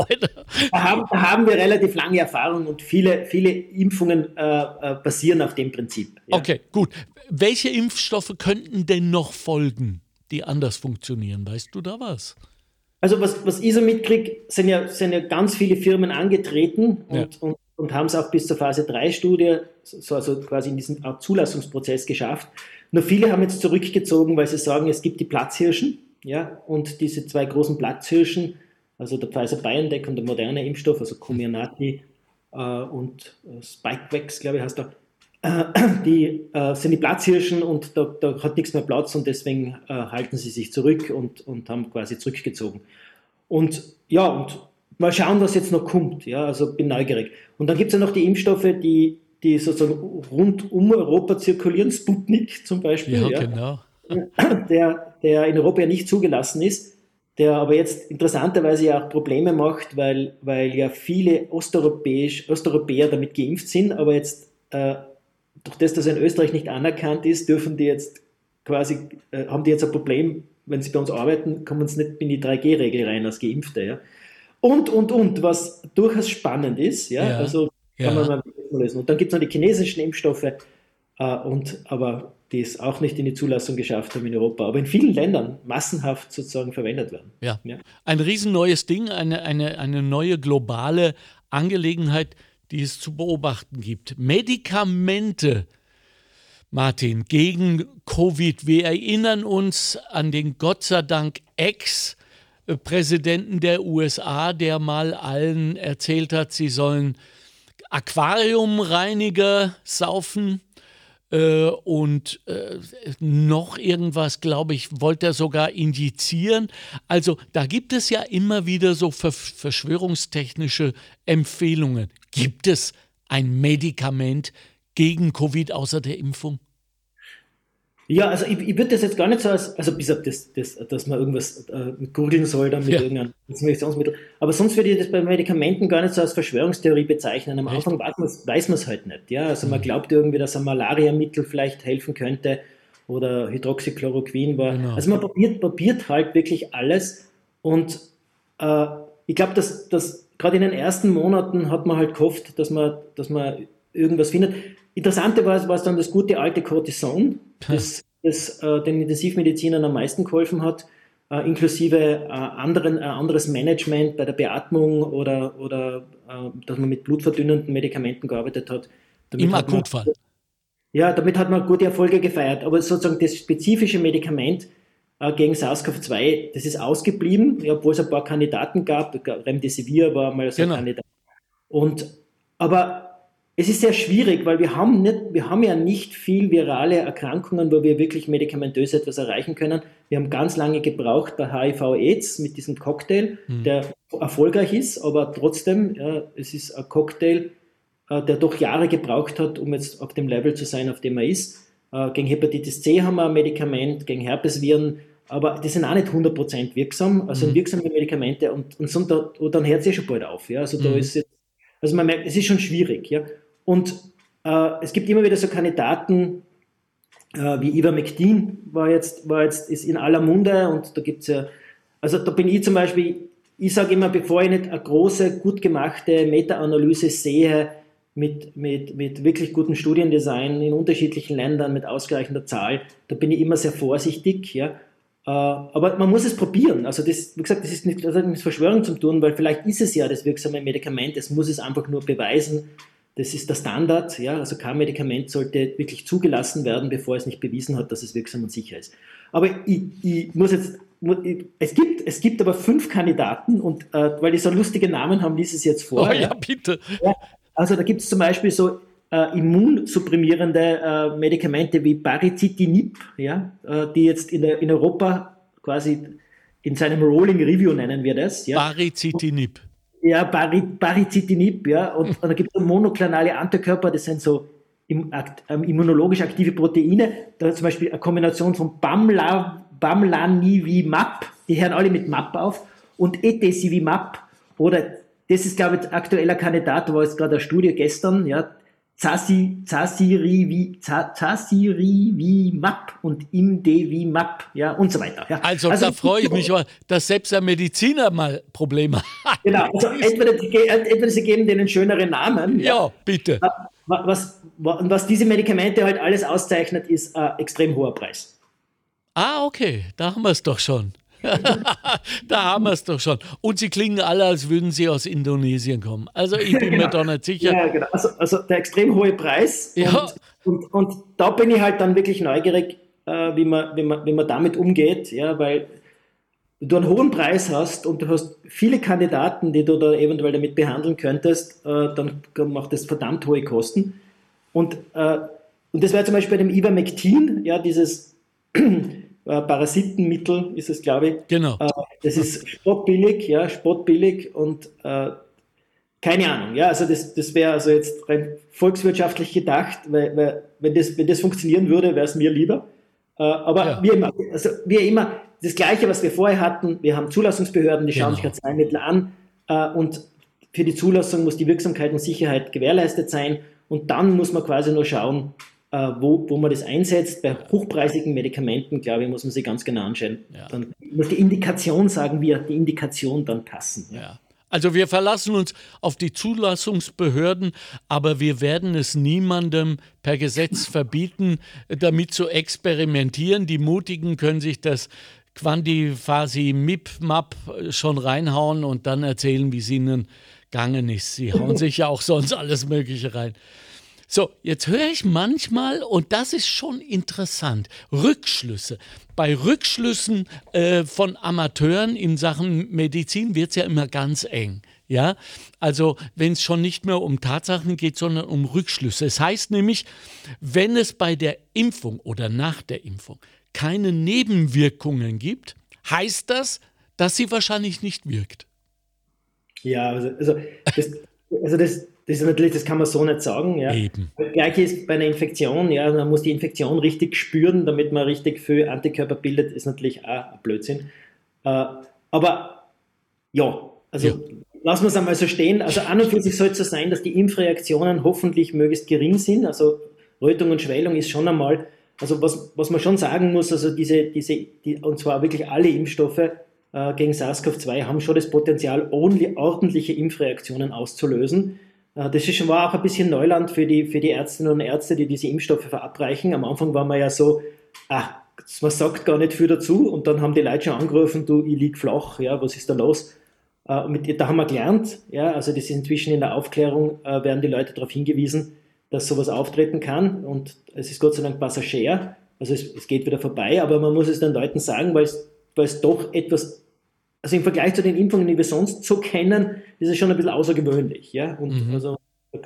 da, haben, da haben wir relativ lange Erfahrung und viele, viele Impfungen äh, basieren auf dem Prinzip. Ja. Okay, gut. Welche Impfstoffe könnten denn noch folgen, die anders funktionieren? Weißt du da was? Also was, was ich so mitkriege, sind ja, sind ja ganz viele Firmen angetreten und, ja. und und haben es auch bis zur Phase drei Studie, so, also quasi in diesem Zulassungsprozess geschafft. Nur viele haben jetzt zurückgezogen, weil sie sagen, es gibt die Platzhirschen, ja, und diese zwei großen Platzhirschen, also der Pfizer-BioNTech und der moderne Impfstoff, also Comirnaty äh, und äh, Spikevax, glaube ich, heißt er, äh, die äh, sind die Platzhirschen und da, da hat nichts mehr Platz und deswegen äh, halten sie sich zurück und, und haben quasi zurückgezogen. Und ja, und mal schauen, was jetzt noch kommt. Ja, also bin neugierig. Und dann gibt es ja noch die Impfstoffe, die, die sozusagen rund um Europa zirkulieren. Sputnik zum Beispiel. Ja, ja, genau. Der, der in Europa ja nicht zugelassen ist, der aber jetzt interessanterweise ja auch Probleme macht, weil, weil ja viele Osteuropäisch, Osteuropäer damit geimpft sind, aber jetzt äh, durch das, dass er in Österreich nicht anerkannt ist, dürfen die jetzt quasi, äh, haben die jetzt ein Problem, wenn sie bei uns arbeiten, kommen sie nicht in die drei G Regel rein als Geimpfte. Ja. Und, und, und, was durchaus spannend ist, ja, ja. also kann ja. man mal lösen. Und dann gibt es noch die chinesischen Impfstoffe, äh, und, aber die es auch nicht in die Zulassung geschafft haben in Europa, aber in vielen Ländern massenhaft sozusagen verwendet werden. Ja, ja. Ein riesenneues Ding, eine, eine, eine neue globale Angelegenheit, die es zu beobachten gibt. Medikamente. Martin, gegen Covid. Wir erinnern uns an den Gott sei Dank Ex-Präsidenten der U S A, der mal allen erzählt hat, sie sollen Aquariumreiniger saufen. Äh, und äh, noch irgendwas, glaube ich, wollte er sogar injizieren. Also da gibt es ja immer wieder so ver- verschwörungstechnische Empfehlungen. Gibt es ein Medikament gegen Covid außer der Impfung? Ja, also ich, ich würde das jetzt gar nicht so als, also bis auf das, das dass man irgendwas äh, googeln soll dann mit ja. irgendeinem Desinfektionsmittel, aber sonst würde ich das bei Medikamenten gar nicht so als Verschwörungstheorie bezeichnen. Am Anfang weiß man es halt nicht. Ja? Also man glaubt irgendwie, dass ein Malariamittel vielleicht helfen könnte oder Hydroxychloroquin war. Genau. Also man probiert, probiert halt wirklich alles und äh, ich glaube, dass, dass gerade in den ersten Monaten hat man halt gehofft, dass man, dass man irgendwas findet. Interessanter war, war es dann das gute alte Cortison, das, das äh, den Intensivmedizinern am meisten geholfen hat, äh, inklusive äh, anderen, äh, anderes Management bei der Beatmung oder, oder äh, dass man mit blutverdünnenden Medikamenten gearbeitet hat. Damit Im hat man, Akutfall. Ja, damit hat man gute Erfolge gefeiert. Aber sozusagen das spezifische Medikament äh, gegen SARS-C o V zwei, das ist ausgeblieben, ja, obwohl es ein paar Kandidaten gab. Remdesivir war mal so ein genau. Kandidat. Und, aber es ist sehr schwierig, weil wir haben, nicht, wir haben ja nicht viel virale Erkrankungen, wo wir wirklich medikamentös etwas erreichen können. Wir haben ganz lange gebraucht bei H I V-Aids mit diesem Cocktail, mhm. der erfolgreich ist, aber trotzdem, ja, es ist ein Cocktail, äh, der doch Jahre gebraucht hat, um jetzt auf dem Level zu sein, auf dem er ist. Äh, gegen Hepatitis C haben wir ein Medikament, gegen Herpesviren, aber die sind auch nicht hundert Prozent wirksam, also mhm. wirksame Medikamente und, und, so, und dann hört es eh schon bald auf. Ja? Also, mhm. da ist jetzt, also man merkt, es ist schon schwierig. Ja? Und äh, es gibt immer wieder so Kandidaten, äh, wie Ivermectin war jetzt, war jetzt, ist in aller Munde und da gibt es ja, also da bin ich zum Beispiel, ich sage immer, bevor ich nicht eine große, gut gemachte Meta-Analyse sehe, mit, mit, mit wirklich gutem Studiendesign in unterschiedlichen Ländern mit ausreichender Zahl, da bin ich immer sehr vorsichtig, ja. Äh, aber man muss es probieren, also das, wie gesagt, das ist nicht, das hat mit Verschwörung zu tun, weil vielleicht ist es ja das wirksame Medikament, es muss es einfach nur beweisen. Das ist der Standard, ja, also kein Medikament sollte wirklich zugelassen werden, bevor es nicht bewiesen hat, dass es wirksam und sicher ist. Aber ich, ich muss jetzt, es gibt, es gibt aber fünf Kandidaten und äh, weil die so lustige Namen haben, lese ich es jetzt vor. Oh ja, bitte. Ja, also da gibt es zum Beispiel so äh, immunsupprimierende äh, Medikamente wie Baricitinib, ja, äh, die jetzt in, der, in Europa quasi in seinem Rolling Review nennen wir das. Ja. Baricitinib. Ja, Bari, Baricitinib, ja, und, und da gibt es monoklonale Antikörper, das sind so im, ähm, immunologisch aktive Proteine, da zum Beispiel eine Kombination von Bamla, Bamlanivimab, die hören alle mit Map auf, und Etesivimab, oder, das ist, glaube ich, aktueller Kandidat, war jetzt gerade eine Studie gestern, ja, Zasirivimab und Imdevimab, ja, und so weiter. Ja. Also, also da freue ich mich, dass selbst der Mediziner mal Probleme hat. Genau, also entweder, entweder sie geben denen schönere Namen. Ja, ja, bitte. Was, was diese Medikamente halt alles auszeichnet, ist ein extrem hoher Preis. Ah, okay, da haben wir es doch schon. Da haben wir es doch schon. Und sie klingen alle, als würden sie aus Indonesien kommen. Also ich bin genau. mir doch nicht sicher. Ja, genau. Also, also der extrem hohe Preis. Ja. Und, und, und da bin ich halt dann wirklich neugierig, äh, wie, man, wie, man, wie man damit umgeht. Ja, weil du einen hohen Preis hast und du hast viele Kandidaten, die du da eventuell damit behandeln könntest, äh, dann macht das verdammt hohe Kosten. Und, äh, und das wäre zum Beispiel bei dem Ivermectin, ja, dieses Parasitenmittel ist es, glaube ich. Genau. Äh, das ist spottbillig, ja, spottbillig und äh, keine Ahnung, ja, also das, das wäre also jetzt rein volkswirtschaftlich gedacht, weil, weil wenn, das, wenn das funktionieren würde, wäre es mir lieber. Äh, aber ja. wie immer, also wie immer, das Gleiche, was wir vorher hatten, wir haben Zulassungsbehörden, die schauen genau. sich Arzneimittel an äh, und für die Zulassung muss die Wirksamkeit und Sicherheit gewährleistet sein und dann muss man quasi nur schauen, Wo, wo man das einsetzt. Bei hochpreisigen Medikamenten, glaube ich, muss man sich ganz genau anschauen. Ja. Dann muss die Indikation, sagen wir, die Indikation dann passen. Ja. Ja. Also wir verlassen uns auf die Zulassungsbehörden, aber wir werden es niemandem per Gesetz verbieten, damit zu experimentieren. Die Mutigen können sich das Quantifasimib-Map schon reinhauen und dann erzählen, wie es ihnen gegangen ist. Sie hauen sich ja auch sonst alles Mögliche rein. So, jetzt höre ich manchmal, und das ist schon interessant, Rückschlüsse. Bei Rückschlüssen äh, von Amateuren in Sachen Medizin wird es ja immer ganz eng. Ja, also wenn es schon nicht mehr um Tatsachen geht, sondern um Rückschlüsse. Es heißt nämlich, wenn es bei der Impfung oder nach der Impfung keine Nebenwirkungen gibt, heißt das, dass sie wahrscheinlich nicht wirkt. Ja, also, also, das, also das, das ist natürlich, das kann man so nicht sagen. Ja. Eben. Gleich ist bei einer Infektion, ja, man muss die Infektion richtig spüren, damit man richtig viel Antikörper bildet, ist natürlich auch ein Blödsinn. Äh, aber ja, also ja. Lassen wir es einmal so stehen. Also an und für sich soll es so sein, dass die Impfreaktionen hoffentlich möglichst gering sind. Also Rötung und Schwellung ist schon einmal, also was, was man schon sagen muss, also diese, diese die, und zwar wirklich alle Impfstoffe äh, gegen SARS-C o V zwei haben schon das Potenzial, ordentliche Impfreaktionen auszulösen. Äh, das ist schon war auch ein bisschen Neuland für die, für die Ärztinnen und Ärzte, die diese Impfstoffe verabreichen. Am Anfang war man ja so, ah, man sagt gar nicht viel dazu, und dann haben die Leute schon angerufen, du, ich lieg flach, ja, was ist da los? Uh, mit, da haben wir gelernt, ja, also das ist inzwischen in der Aufklärung, uh, werden die Leute darauf hingewiesen, dass sowas auftreten kann, und es ist Gott sei Dank Passagier, also es, es geht wieder vorbei, aber man muss es den Leuten sagen, weil es, weil es doch etwas, also im Vergleich zu den Impfungen, die wir sonst so kennen, ist es schon ein bisschen außergewöhnlich, ja, und mhm. also,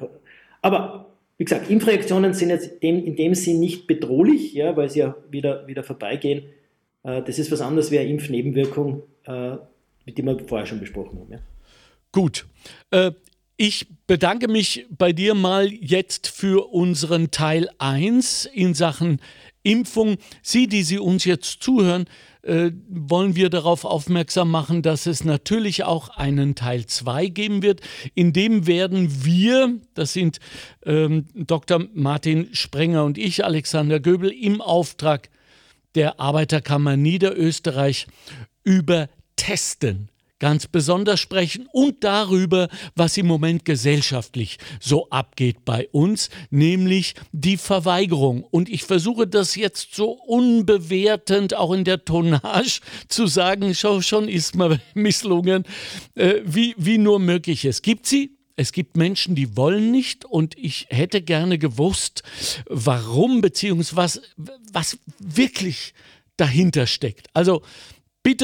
aber wie gesagt, Impfreaktionen sind jetzt dem, in dem Sinn nicht bedrohlich, ja, weil sie ja wieder, wieder vorbeigehen, uh, das ist was anderes wie eine Impfnebenwirkung, uh, die wir vorher schon besprochen haben. Ja. Gut. Äh, ich bedanke mich bei dir mal jetzt für unseren Teil eins in Sachen Impfung. Sie, die Sie uns jetzt zuhören, äh, wollen wir darauf aufmerksam machen, dass es natürlich auch einen Teil zwei geben wird. In dem werden wir, das sind ähm, Doktor Martin Sprenger und ich, Alexander Göbel, im Auftrag der Arbeiterkammer Niederösterreich über Testen ganz besonders sprechen und darüber, was im Moment gesellschaftlich so abgeht bei uns, nämlich die Verweigerung. Und ich versuche das jetzt so unbewertend auch in der Tonnage zu sagen, schau, schon ist mal misslungen, äh, wie, wie nur möglich ist. Gibt sie? Es gibt Menschen, die wollen nicht, und ich hätte gerne gewusst, warum, beziehungsweise was, was wirklich dahinter steckt. Also bitte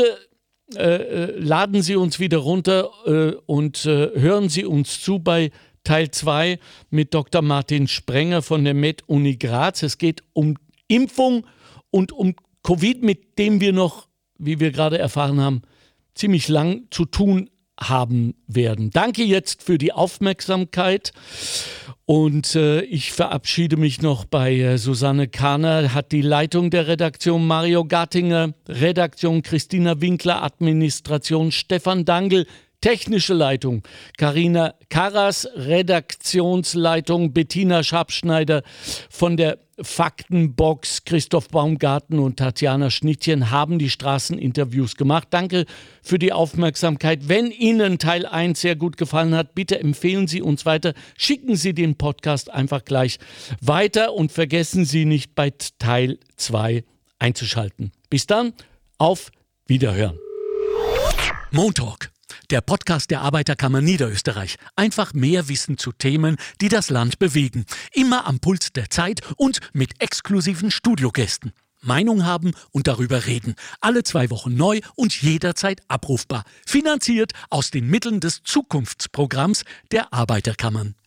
Äh, laden Sie uns wieder runter äh, und äh, hören Sie uns zu bei Teil zwei mit Doktor Martin Sprenger von der Med-Uni Graz. Es geht um Impfung und um Covid, mit dem wir noch, wie wir gerade erfahren haben, ziemlich lang zu tun haben werden. Danke jetzt für die Aufmerksamkeit, und äh, ich verabschiede mich noch bei äh, Susanne Kahner, hat die Leitung der Redaktion, Mario Gattinger, Redaktion Christina Winkler, Administration Stefan Dangl, technische Leitung Carina Karas, Redaktionsleitung Bettina Schabschneider, von der Faktenbox Christoph Baumgarten und Tatjana Schnittchen haben die Straßeninterviews gemacht. Danke für die Aufmerksamkeit. Wenn Ihnen Teil eins sehr gut gefallen hat, bitte empfehlen Sie uns weiter. Schicken Sie den Podcast einfach gleich weiter und vergessen Sie nicht, bei Teil zwei einzuschalten. Bis dann, auf Wiederhören. Montalk, der Podcast der Arbeiterkammer Niederösterreich. Einfach mehr Wissen zu Themen, die das Land bewegen. Immer am Puls der Zeit und mit exklusiven Studiogästen. Meinung haben und darüber reden. Alle zwei Wochen neu und jederzeit abrufbar. Finanziert aus den Mitteln des Zukunftsprogramms der Arbeiterkammern.